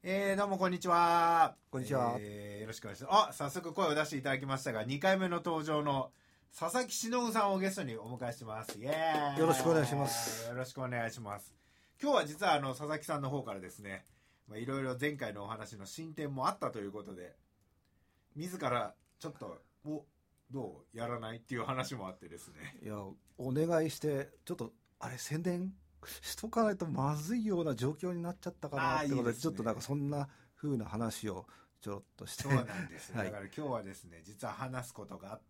どうもこんにちは。 こんにちは。 よろしくお願いします。早速声を出していただきましたが、2回目の登場の佐々木忍さんをゲストにお迎えしてます。イエーイ。 よろしくお願いします。 よろしくお願いします。今日は実は佐々木さんの方からですね、いろいろ前回のお話の進展もあったということで、自らちょっとどうやらないっていう話もあってですね。 いや、お願いして、ちょっとあれ宣伝しとかないとまずいような状況になっちゃったかなってことで、ちょっとなんかそんな風な話をちょろっとして。 そうなんです、 はい、 だから今日はですね、実は話すことがあって、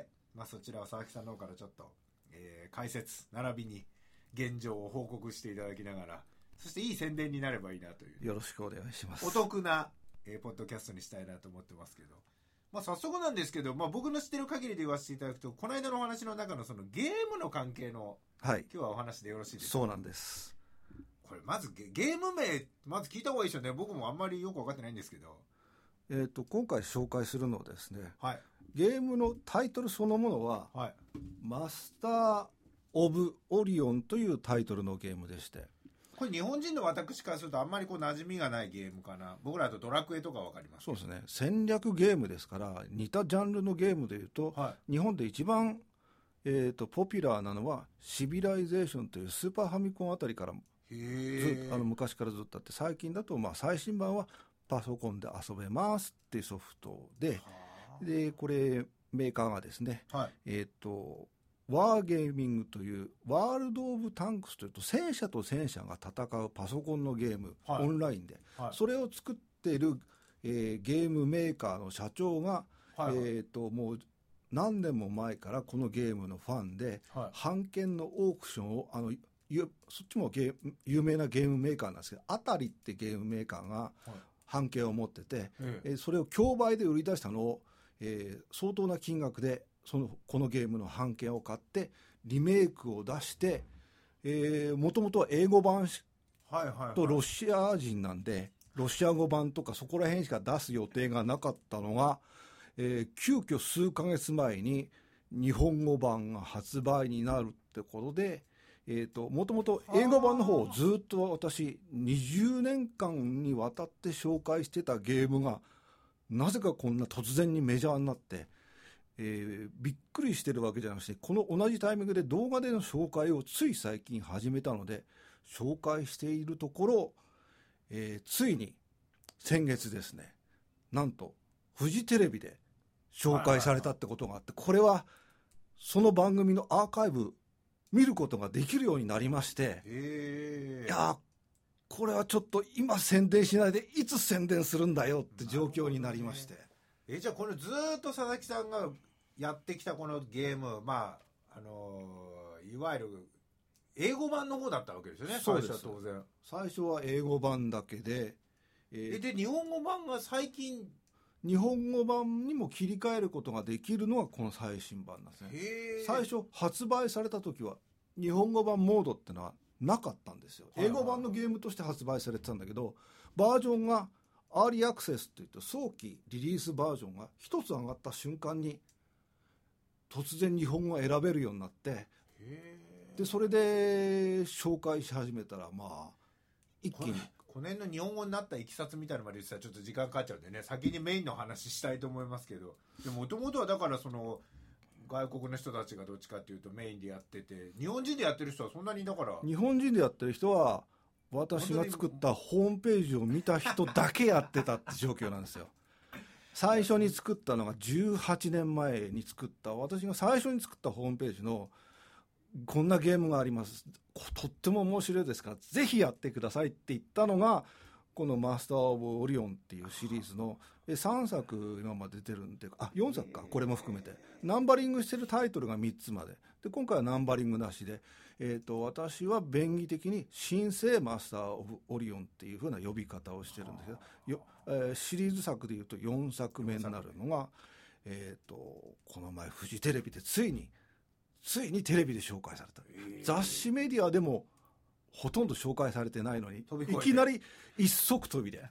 そちらを佐々木さんの方からちょっと、解説並びに現状を報告していただきながら、そしていい宣伝になればいいなという、 よろしくお願いします。 お得な、ポッドキャストにしたいなと思ってますけど、早速なんですけど、僕の知ってる限りで言わせていただくと、この間のお話の中のそのゲームの関係の、 はい、 今日はお話でよろしいですか。 そうなんです。 これまずゲーム名まず聞いた方がいいですよね。僕もあんまりよく分かってないんですけど、 今回紹介するのはですね、 はい、 ゲームのタイトルそのものは、 はい、 マスター・オブ・オリオンというタイトルのゲームでして、 これ日本人の私からするとあんまり馴染みがないゲームかな。僕らだとドラクエとか分かります。 そうですね、戦略ゲームですから、似たジャンルのゲームでいうと、 はい、 日本で一番、ポピュラーなのはシビライゼーションというスーパーファミコンあたりから昔からずっとあって、最近だと最新版はパソコンで遊べますっていうソフトで、これメーカーがですね、 はい、 ワーゲーミングというワールド・オブ・タンクスというと戦車と戦車が戦うパソコンのゲーム、 はい、 オンラインで、 はい、 それを作っている、ゲームメーカーの社長が、 はい、 もう何年も前からこのゲームのファンで、 はい、 版権のオークションをそっちも有名なゲームメーカーなんですけど、あたりってゲームメーカーが版権を持ってて、それを競売で売り出したのを、相当な金額でこのゲームの版権を買ってリメイクを出して、もともとは英語版とロシア人なんで、ロシア語版とかそこら辺しか出す予定がなかったのが、急遽数ヶ月前に日本語版が発売になるってことで、もともと英語版の方をずっと私20年間にわたって紹介してたゲームがなぜかこんな突然にメジャーになって、びっくりしてるわけじゃなくて、この同じタイミングで動画での紹介をつい最近始めたので紹介しているところ、ついに先月ですね、なんとフジテレビで紹介されたってことがあって、これはその番組のアーカイブ見ることができるようになりまして、いやこれはちょっと今宣伝しないでいつ宣伝するんだよって状況になりまして、 じゃあこれずっと佐々木さんがやってきたこのゲーム、いわゆる英語版の方だったわけですよね。 そうです。 最初は当然最初は英語版だけで、 で日本語版が最近日本語版にも切り替えることができるのがこの最新版なんですね。最初発売された時は日本語版モードってのはなかったんですよ。英語版のゲームとして発売されてたんだけど、バージョンがアーリーアクセスっていって早期リリースバージョンが一つ上がった瞬間に突然日本語が選べるようになって、でそれで紹介し始めたら一気にこの辺の日本語になったいきさつみたいなのまで言ってたらちょっと時間かかっちゃうんでね、先にメインの話したいと思いますけど、もともとはだからその外国の人たちがどっちかっていうとメインでやってて、日本人でやってる人はそんなにだから、 日本人でやってる人は私が作ったホームページを見た人だけやってたって状況なんですよ。最初に作ったのが18年前に作った、私が最初に作ったホームページのこんなゲームがあります、とっても面白いですからぜひやってくださいって言ったのがこのマスター・オブ・オリオンっていうシリーズの3作今まで出てるんで、4作か、これも含めてナンバリングしてるタイトルが3つまでで、今回はナンバリングなしで、私は便宜的に新生マスター・オブ・オリオンっていう風な呼び方をしてるんですけど、シリーズ作でいうと4作目になるのが、この前フジテレビでついにテレビで紹介された。雑誌メディアでもほとんど紹介されてないのにいきなり一足飛びで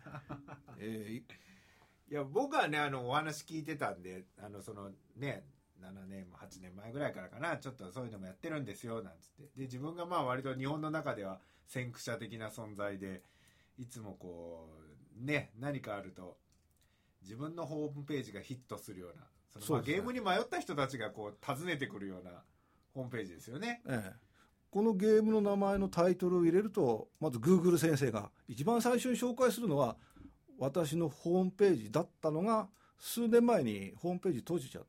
いや僕はねお話聞いてたんで、そのね7年も8年前ぐらいからかな、ちょっとそういうのもやってるんですよなんつって、で自分が割と日本の中では先駆者的な存在で、いつもね、何かあると自分のホームページがヒットするような、 そうですね、 ゲームに迷った人たちがこう訪ねてくるようなホームページですよね。 このゲームの名前のタイトルを入れると、まず Google 先生が一番最初に紹介するのは私のホームページだったのが、数年前にホームページ閉じちゃって、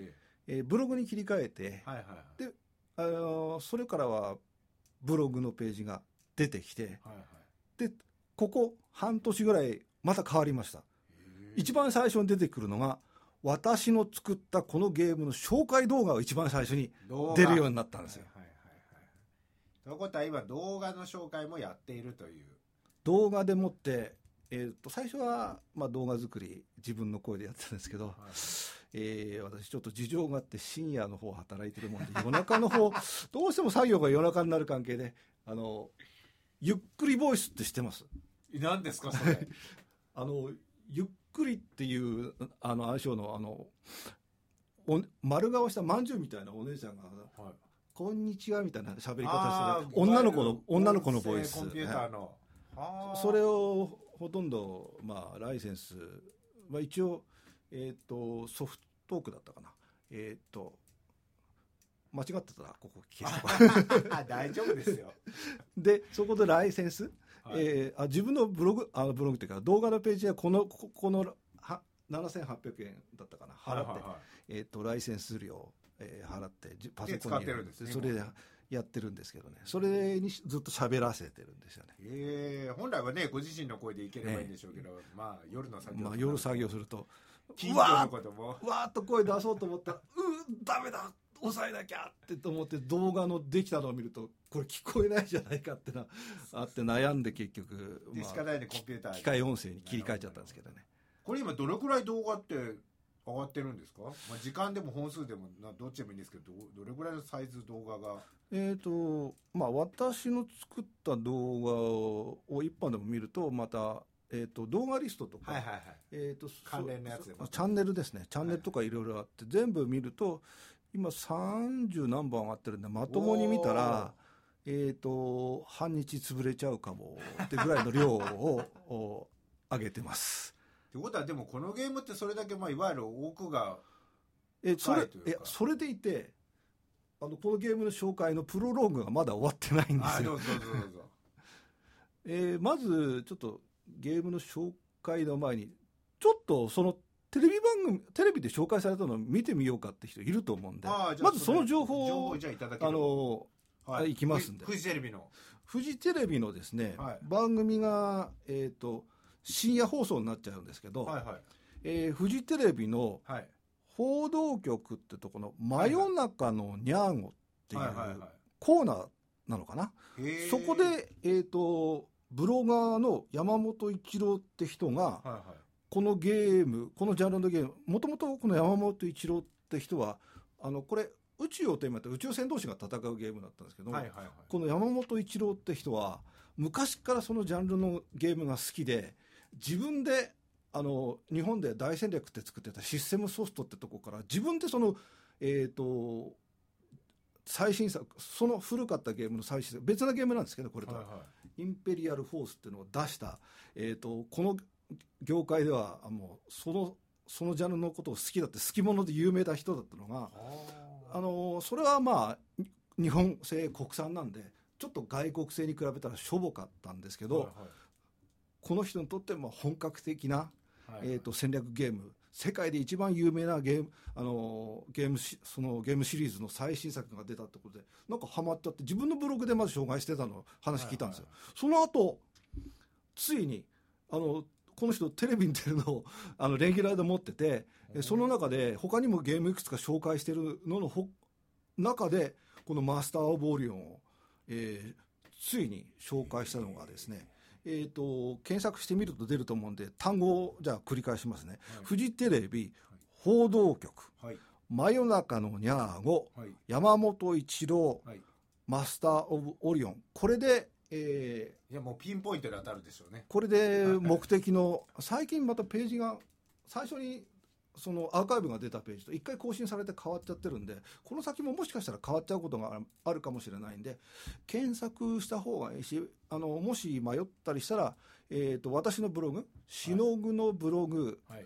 ブログに切り替えて、でそれからはブログのページが出てきて、でここ半年ぐらいまた変わりました。一番最初に出てくるのが、私の作ったこのゲームの紹介動画が一番最初に出るようになったんですよ。 ということは今動画の紹介もやっているという。 動画でもって、最初は、動画作り自分の声でやってたんですけど、私ちょっと事情があって深夜の方働いてるもんで、夜中の方どうしても作業が夜中になる関係で、ゆっくりボイスって知ってます？ 何ですかそれゆっくりっていう愛称の丸顔したまんじゅうみたいなお姉ちゃんが、こんにちはみたいな喋り方してる女の子のボイス、 コンピューターの、 それをほとんど、ライセンス、一応、ソフトークだったかな、間違ってたらここ消すとか大丈夫ですよ。 でそこでライセンス、自分のブログっていうか動画のページはこの7800円だったかな払って、ライセンス料、払ってパソコンに、それでやってるんですけどね、それにずっと喋らせてるんですよね。 本来はねご自身の声でいければいいんでしょうけど、夜の作業、 夜作業すると近所のこともわーっと声出そうと思ったらダメだ抑えなきゃってと思って動画のできたのを見るとこれ聞こえないじゃないかってあって悩んで結局、 仕方ないでコンピューター機械音声に切り替えちゃったんですけどね。 これ今どれくらい動画って上がってるんですか？時間でも本数でもどっちでもいいんですけど、どれくらいのサイズ動画が。 私の作った動画を一般でも見るとまた、動画リストとか、 関連のやつでもチャンネルですね、チャンネルとかいろいろあって、全部見ると今30何本上がってるんで、まともに見たら半日潰れちゃうかもってぐらいの量を上げてますってことはでもこのゲームってそれだけいわゆる奥がそれでいてこのゲームの紹介のプロローグがまだ終わってないんですよ。まずちょっとゲームの紹介の前にちょっとそのテレビで紹介されたのを見てみようかって人いると思うんで、まずその情報をいきますんで。 フジテレビのですね、番組が、深夜放送になっちゃうんですけど、フジテレビの報道局ってとこの真夜中のニャーゴっていうコーナーなのかな、そこで、ブロガーの山本一郎って人が、このジャンルのゲーム、もともとこの山本一郎って人はこれ宇宙をテーマに宇宙船同士が戦うゲームだったんですけど、この山本一郎って人は昔からそのジャンルのゲームが好きで、自分で日本で大戦略って作ってたシステムソフトってとこから自分でその最新作、その古かったゲームの最新作、別なゲームなんですけど、これと、インペリアルフォースっていうのを出した、この業界ではもうそのジャンルのことを好きだって、好き者で有名な人だったのが、それは日本製国産なんでちょっと外国製に比べたらしょぼかったんですけど、この人にとって本格的な、戦略ゲーム、世界で一番有名なゲームシリーズの最新作が出たってことでなんかハマっちゃって、自分のブログでまず紹介してたの話聞いたんですよ。その後ついにこの人テレビに出るのをレギュラーで持ってて、その中で他にもゲームいくつか紹介してるのの中でこのマスター・オブ・オリオンを、ついに紹介したのがですね、検索してみると出ると思うんで単語をじゃあ繰り返しますね。フジテレビ報道局、真夜中のニャーゴ、山本一郎、マスター・オブ・オリオン、これでいやもうピンポイントで当たるでしょうね。 これで目的の最近またページが最初にそのアーカイブが出たページと一回更新されて変わっちゃってるんで、この先ももしかしたら変わっちゃうことがあるかもしれないんで、検索した方がいいし、もし迷ったりしたら、私のブログ、しのぐのブログ、 はい、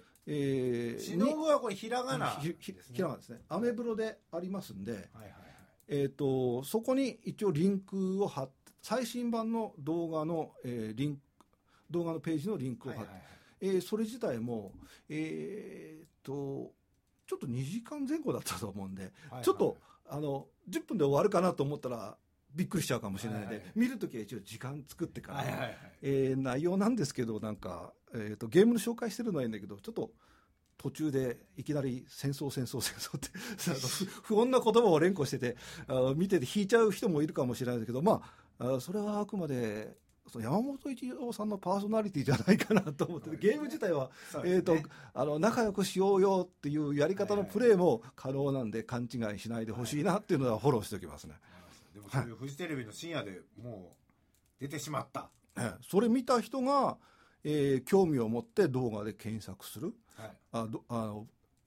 しのぐはこれひらがなですね。 ひらがなですね。アメブロでありますんで、 はいはいはい、 そこに一応リンクを貼って、最新版の動画の、動画のページのリンクを貼って、はいはいはい、それ自体も、ちょっと2時間前後だったと思うんで、はいはい、ちょっと10分で終わるかなと思ったらびっくりしちゃうかもしれないので、はいはい、見るときは一応時間作ってから、はいはいはい、内容なんですけど、なんか、ゲームの紹介してるのはいいんだけど、ちょっと途中でいきなり戦争って不穏な言葉を連呼してて、見てて引いちゃう人もいるかもしれないけど、まあ、それはあくまで山本一郎さんのパーソナリティじゃないかなと思って、ゲーム自体は、ね、仲良くしようよっていうやり方のプレーも可能なんで、勘違いしないでほしいなっていうのはフォローしておきますね。 でもそういうフジテレビの深夜でもう出てしまった、 それ見た人が、興味を持って動画で検索する、はい、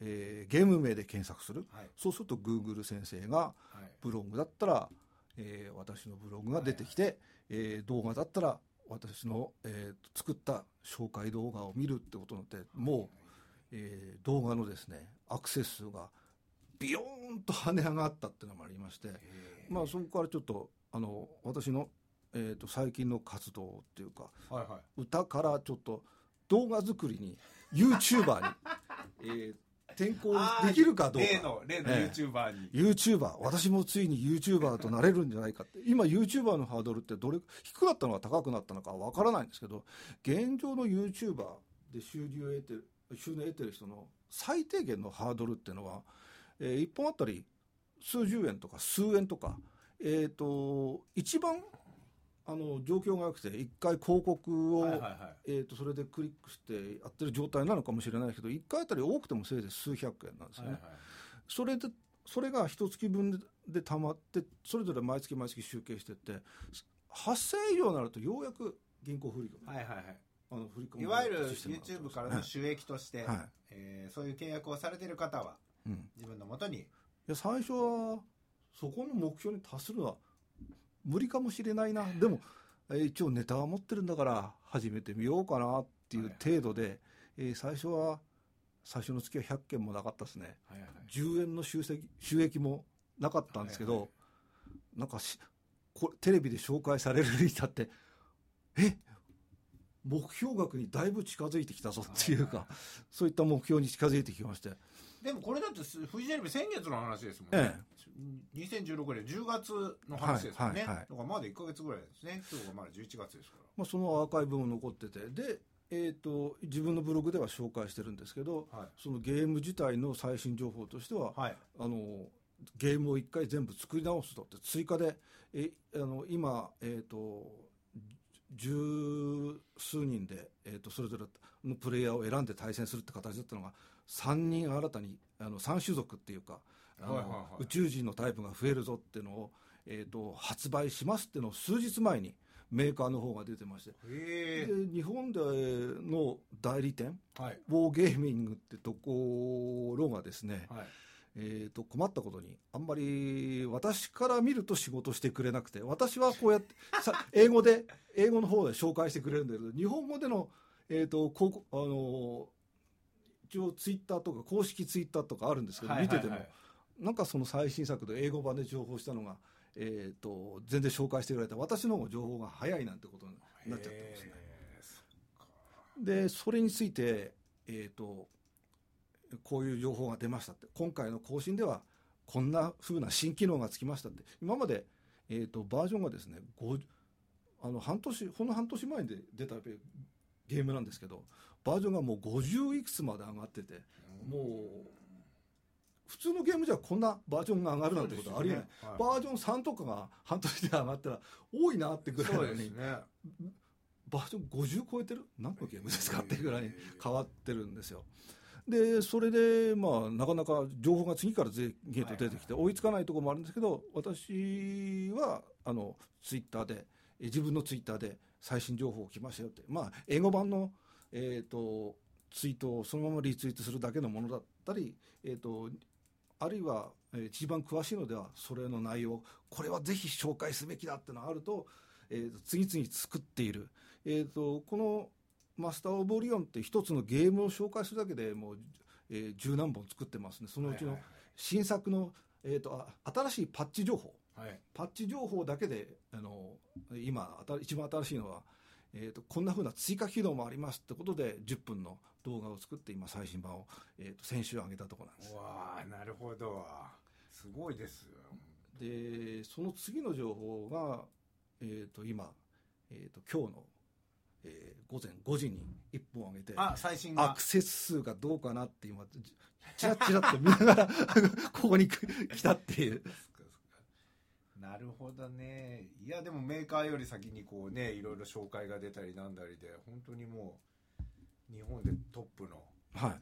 ゲーム名で検索する、はい、そうすると Google 先生がブログだったら、私のブログが出てきて、はい動画だったら私の、作った紹介動画を見るってことになって、もう、動画のですねアクセス数がビヨーンと跳ね上がったっていうのもありまして、まあ、そこからちょっと私の、最近の活動っていうか、はいはい、歌からちょっと動画作りに YouTuber に、転向できるかどうか、 例の YouTuber に、 YouTuber 私もついに YouTuber となれるんじゃないかって。今 YouTuber のハードルってどれ低くなったのか高くなったのかわからないんですけど、現状の YouTuber で収入を得てる人の最低限のハードルっていうのは、1本あたり数十円とか数円とか、一番状況が良くて1回広告を、はいはいはいそれでクリックしてやってる状態なのかもしれないけど、1回あたり多くてもせいぜい数百円なんですよね、はいはい、それが1月分でたまって、それぞれ毎月毎月集計していって8000円以上になるとようやく銀行振り込む、 はいはいはい、振り込むいわゆる YouTube からの収益として、はいそういう契約をされている方は、自分のもとに、 いや最初はそこの目標に達するのは無理かもしれないな、でも一応ネタは持ってるんだから始めてみようかなっていう程度で、最初の月は100件もなかったですね、はいはい、10円の収益もなかったんですけど、はいはい、なんかテレビで紹介されるに至って目標額にだいぶ近づいてきたぞっていうか、はいはい、そういった目標に近づいてきまして。 でもこれだってフジテレビ先月の話ですもんね、2016年10月の話ですもんね、はいはいはい、だからまだ1ヶ月ぐらいですね。今日がまだ11月ですから、 まあ、そのアーカイブも残ってて、で、自分のブログでは紹介してるんですけど、はい、そのゲーム自体の最新情報としては、はい、ゲームを1回全部作り直すとって追加で今、十数人で、それぞれのプレイヤーを選んで対戦するって形だったのが3人新たに3種族っていうかはいはいはい、宇宙人のタイプが増えるぞっていうのを、発売しますっていうのを数日前にメーカーの方が出てまして、で日本での代理店、はい、ウォーゲーミングってところがですね、はい困ったことにあんまり私から見ると仕事してくれなくて、私はこうやって英語の方で紹介してくれるんだけど、日本語での、一応ツイッターとか公式ツイッターとかあるんですけど、見ててもなんかその最新作で英語版で情報したのが、全然紹介してくれた私の方が情報が早いなんてことになっちゃってますね。でそれについて、こういう情報が出ましたって、今回の更新ではこんな風な新機能がつきましたって、今まで、バージョンがですねほんの半年前に出たゲームなんですけど、バージョンがもう50いくつまで上がってて、もう普通のゲームじゃこんなバージョンが上がるなんてことはありえない、ねはい、バージョン3とかが半年で上がったら多いなってぐらいのに、ね、バージョン50超えてる何のゲームですかっていうぐらいに変わってるんですよ。でそれで、まあ、なかなか情報が次から次へと出てきて追いつかないところもあるんですけど、私はツイッターで自分のツイッターで最新情報来ましたよって、まあ、英語版の、 ツイートをそのままリツイートするだけのものだったり、あるいは一番詳しいのではそれの内容、これはぜひ紹介すべきだっていうのがあると、次々作っている、このマスター・オブ・オリオンって一つのゲームを紹介するだけでもう、十何本作ってますね。そのうちの新作の、新しいパッチ情報、パッチ情報だけで今一番新しいのは、こんな風な追加機能もありますってことで10分の動画を作って今最新版を、先週上げたところなんです。 わあ、なるほど、すごいです。 でその次の情報が、今、今日の、午前5時に1本上げて、 最新がアクセス数がどうかなって今チラッチラッと見ながらここに来たっていう。 なるほどね。いやでもメーカーより先にこうね、いろいろ紹介が出たりなんだりで、本当にもう日本でトップの、 はい。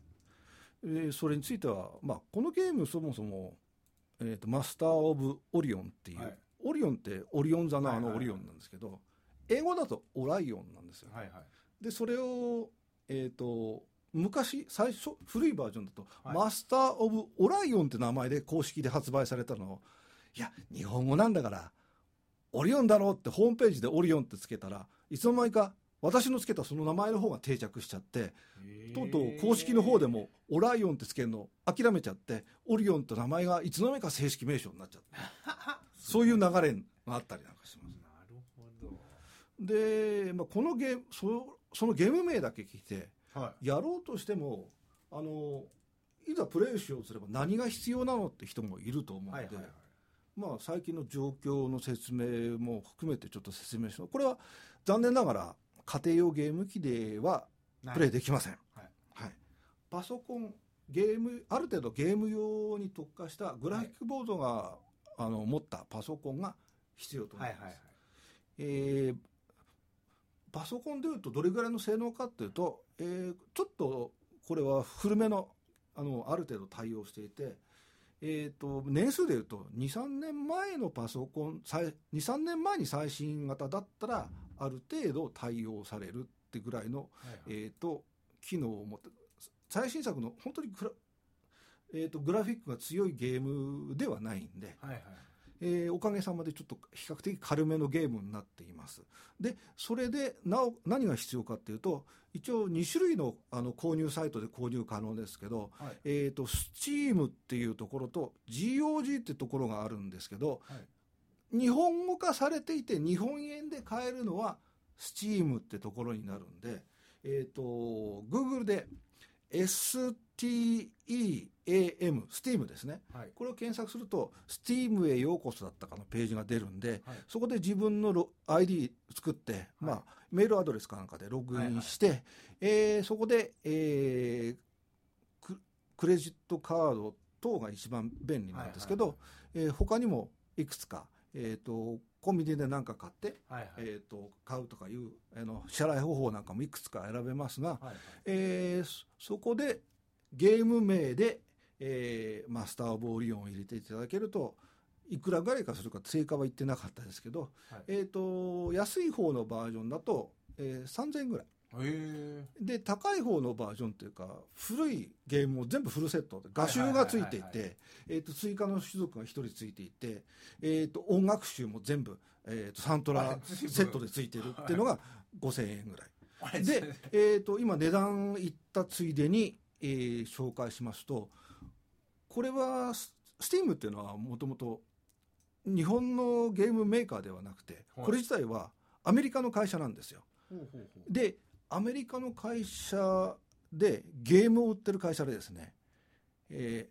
それについては、このゲームそもそも、マスター・オブ・オリオンっていう、オリオンってオリオン座のオリオンなんですけど、英語だとオライオンなんですよ。でそれを、昔最初古いバージョンだと、マスター・オブ・オライオンって名前で公式で発売されたのを、いや日本語なんだからオリオンだろうってホームページでオリオンってつけたら、いつの間にか私のつけたその名前の方が定着しちゃって、とうとう公式の方でもオライオンってつけるの諦めちゃって、オリオンって名前がいつの間にか正式名称になっちゃってそういう流れがあったりなんかします。 なるほど。 で、このゲームそのゲーム名だけ聞いて、やろうとしてもいざプレイしようとすれば何が必要なのって人もいると思うので、最近の状況の説明も含めてちょっと説明します。これは残念ながら家庭用ゲーム機ではプレイできません。パソコンある程度ゲーム用に特化したグラフィックボードが、持ったパソコンが必要と思います。パソコンでいうとどれぐらいの性能かというと、ちょっとこれは古めのある程度対応していて、年数でいうと 2,3 年前のパソコン 2,3 年前に最新型だったらある程度対応されるってぐらいの、機能を持って最新作の本当にグラフィックが強いゲームではないんで、おかげさまでちょっと比較的軽めのゲームになっています。でそれで何が必要かっていうと、一応2種類の購入サイトで購入可能ですけど、Steam っていうところと GOG ってところがあるんですけど、日本語化されていて日本円で買えるのは Steam ってところになるんで、Google で STEAM ですね、これを検索すると Steam へようこそだったかのページが出るんで、そこで自分のID 作って、メールアドレスかなんかでログインして、そこで、クレジットカード等が一番便利なんですけど、他にもいくつか、コンビニで何か買って、買うとかいう支払い方法なんかもいくつか選べますが、そこでゲーム名で、マスター・オブ・オリオンを入れていただけると、いくらぐらいかするか追加は言ってなかったですけど、安い方のバージョンだと、3,000円ぐらいで、高い方のバージョンというか古いゲームも全部フルセットで画集がついていて、追加の種族が1人ついていて、音楽集も全部、サントラセットでついてるっていうのが 5,000 円ぐらいで、今値段いったついでに、紹介しますと、これは Steam っていうのはもともと日本のゲームメーカーではなくて、これ自体はアメリカの会社なんですよ。でアメリカの会社でゲームを売ってる会社でですね、1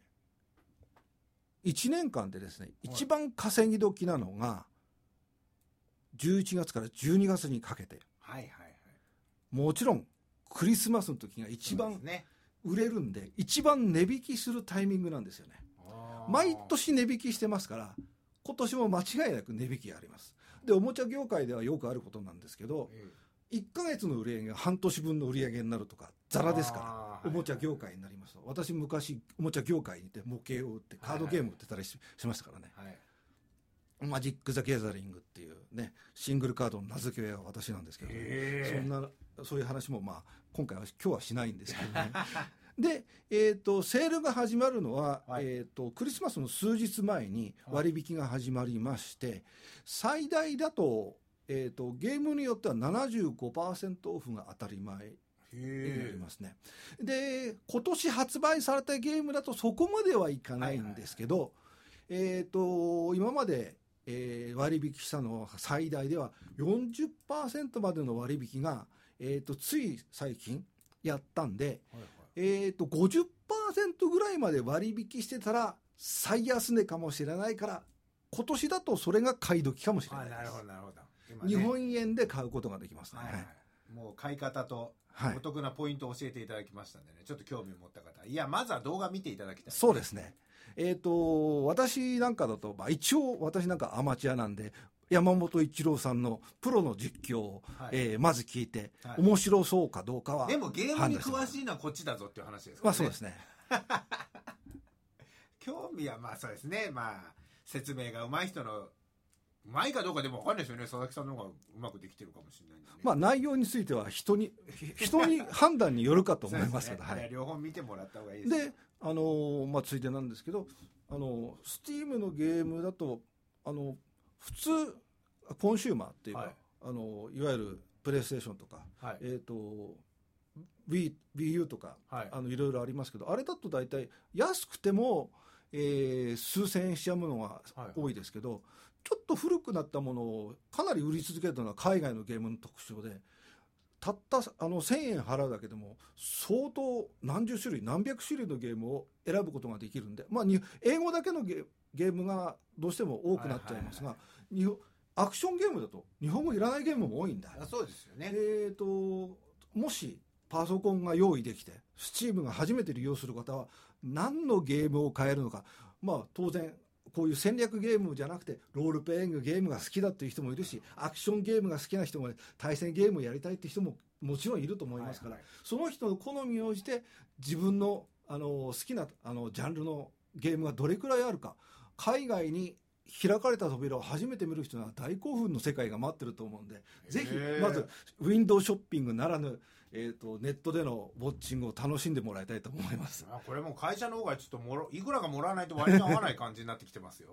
年間でですね、一番稼ぎ時なのが11月から12月にかけて、もちろんクリスマスの時が一番売れるんで、一番値引きするタイミングなんですよね。毎年値引きしてますから、今年も間違いなく値引きがあります。でおもちゃ業界ではよくあることなんですけど、1ヶ月の売り上げが半年分の売り上げになるとかザラですから、おもちゃ業界になりますと。私昔おもちゃ業界にいて模型を売ってカードゲームを売ってたりしましたからね。 マジック・ザ・ギャザリングっていうねシングルカードの名付け親は私なんですけど、そういう話も今日はしないんですけどねで、セールが始まるのは、クリスマスの数日前に割引が始まりまして、最大だと、ゲームによっては 75% オフが当たり前になりますね。で今年発売されたゲームだとそこまではいかないんですけど、今まで割引したのは最大では 40% までの割引が、つい最近やったんで、50% ぐらいまで割引してたら最安値かもしれないから、今年だとそれが買い時かもしれないです。 なるほどなるほど、 今ね、日本円で買うことができますね。 もう買い方とお得なポイントを教えていただきましたんでね、ちょっと興味を持った方、いやまずは動画見ていただきたい。 そうですね。私なんかだと、一応私なんかアマチュアなんで山本一郎さんのプロの実況を、まず聞いて、面白そうかどうかは。 でもゲームに詳しいのはこっちだぞっていう話ですからね。 そうですね興味はそうですね。説明が上手い人の、うまいかどうかでも分かんないですよね。佐々木さんの方がうまくできてるかもしれないんでね。 内容については人に判断によるかと思いますけど、 両方見てもらった方がいいです。 で、ついでなんですけど、スティームのゲームだと普通コンシューマーっていうか、いわゆるプレイステーションとか、Wii U とか、いろいろありますけど、あれだと大体安くても、数千円しちゃうものが多いですけど、ちょっと古くなったものをかなり売り続けるのが海外のゲームの特徴で、たった1000円払うだけでも相当何十種類何百種類のゲームを選ぶことができるんで、英語だけのゲームがどうしても多くなっちゃいますが、アクションゲームだと日本語いらないゲームも多いんだ。 そうですよね。 もしパソコンが用意できて Steam が初めて利用する方は何のゲームを買えるのか、当然こういう戦略ゲームじゃなくてロールプレイングゲームが好きだっていう人もいるし、アクションゲームが好きな人も、対戦ゲームをやりたいっていう人ももちろんいると思いますから、その人の好みに応じて自分の、好きなジャンルのゲームがどれくらいあるか、海外に開かれた扉を初めて見る人は大興奮の世界が待ってると思うんで、ぜひまずウィンドウショッピングならぬ、ネットでのウォッチングを楽しんでもらいたいと思います。 これも会社の方がちょっといくらかもらわないと割に合わない感じになってきてますよ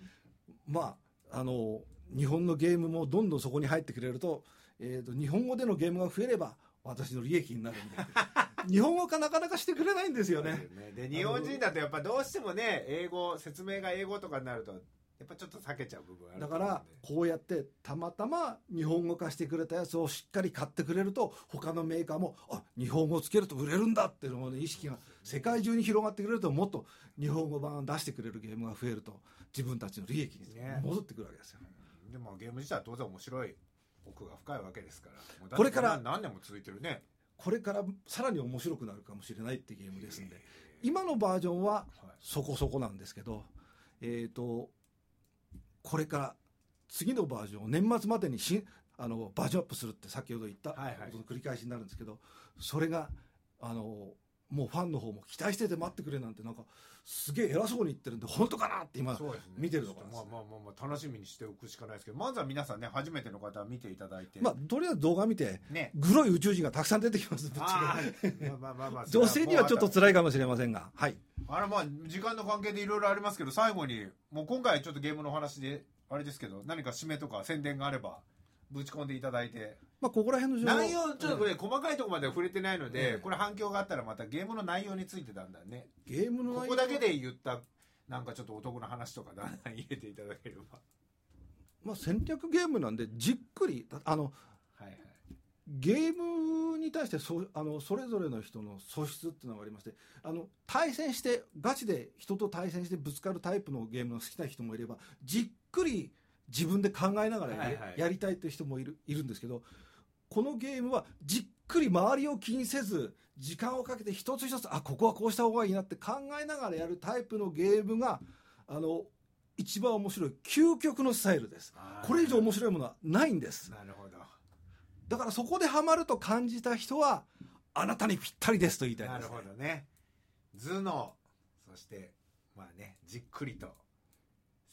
日本のゲームもどんどんそこに入ってくれると、日本語でのゲームが増えれば私の利益になるんで日本語がなかなかしてくれないんですよね。 で日本人だとやっぱどうしてもね、説明が英語とかになるとやっぱちょっと避けちゃう部分ある。 だからこうやってたまたま日本語化してくれたやつをしっかり買ってくれると、他のメーカーも日本語をつけると売れるんだっていうの意識が世界中に広がってくれると、もっと日本語版を出してくれるゲームが増えると自分たちの利益に戻ってくるわけですよ。 でもゲーム自体は当然面白い、奥が深いわけですから、 これから何年も続いてるね。 これからさらに面白くなるかもしれないってゲームですんで、今のバージョンはそこそこなんですけど、これから次のバージョンを年末までにバージョンアップするって先ほど言ったことの繰り返しになるんですけど、それがもうファンの方も期待してて待ってくれなんてなんかすげえ偉そうに言ってるんで、本当かなって今見てるところです。 楽しみにしておくしかないですけど、まずは皆さんね、初めての方は見ていただいて、 とりあえず動画見て、グロい宇宙人がたくさん出てきます。女性にはちょっと辛いかもしれませんが、 時間の関係でいろいろありますけど、最後にもう今回ちょっとゲームの話であれですけど、何か締めとか宣伝があればぶち込んでいただいて。 ここら辺の内容ちょっとこれ細かいところまでは触れてないので、これ反響があったらまたゲームの内容についてだんだんね、 ゲームの内容ここだけで言ったなんかちょっとお得な話とかだんだん入れていただければ。 戦略ゲームなんでじっくりゲームに対してそれぞれの人の素質っていうのがありまして、対戦してガチで人と対戦してぶつかるタイプのゲームが好きな人もいれば、じっくり自分で考えながらやりたいという人もいるんですけど、このゲームはじっくり周りを気にせず時間をかけて一つ一つここはこうした方がいいなって考えながらやるタイプのゲームが一番面白い究極のスタイルです。これ以上面白いものはないんです。 なるほど。 だからそこでハマると感じた人はあなたにぴったりですと言いたいです、ね。 なるほどね。頭脳、そしてじっくりと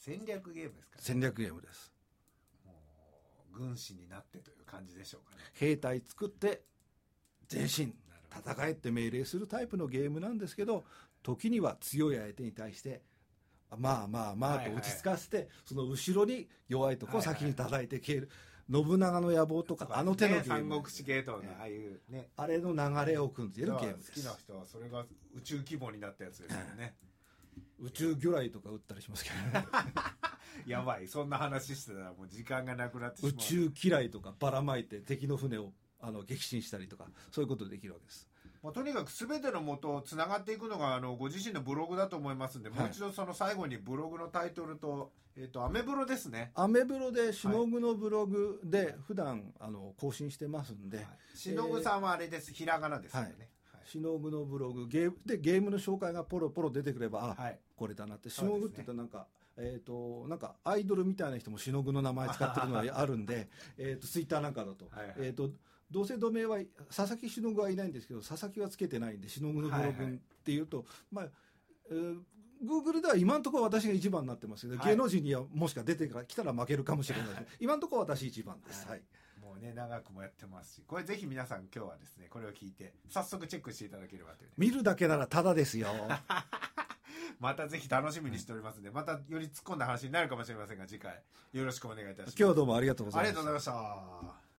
戦略ゲームですかね。 戦略ゲームです。 もう軍師になってという感じでしょうかね。 兵隊作って前進戦えって命令するタイプのゲームなんですけど、時には強い相手に対してまあまあまあと落ち着かせて、その後ろに弱いとこを先に叩いて消える、信長の野望とか、あの手のゲーム、 三国志系統のああいうね、 あれの流れを組んでいるゲームです。 好きな人はそれが宇宙規模になったやつですよね。 宇宙魚雷とか撃ったりしますけどね。 やばい、そんな話してたらもう時間がなくなってしまう。 宇宙機雷とかばらまいて敵の船を撃沈したりとか、そういうことできるわけです。 とにかく全ての元をつながっていくのがご自身のブログだと思いますんで、もう一度その最後にブログのタイトルと、アメブロですね。 アメブロでしのぐのブログで普段更新してますんで、 しのぐさんはあれです、ひらがなですよね。 しのぐのブログゲームの紹介がポロポロ出てくれば、これだなって。しのぐって言うとなんかなんかアイドルみたいな人もしのぐの名前使ってるのがあるんでツイッターなんかだと、同姓同名は佐々木しのぐはいないんですけど、佐々木はつけてないんでしのぐのブログっていうと、Google では今のところ私が一番になってますけど、芸能人にはもしか出てきたら負けるかもしれないです、今のところ私一番です。 もうね、長くもやってますし、これぜひ皆さん今日はですね、これを聞いて早速チェックしていただければという、 見るだけならタダですよ。 またぜひ楽しみにしておりますので、またより突っ込んだ話になるかもしれませんが、次回よろしくお願いいたします。 今日はどうもありがとうございました。 ありがとうございました。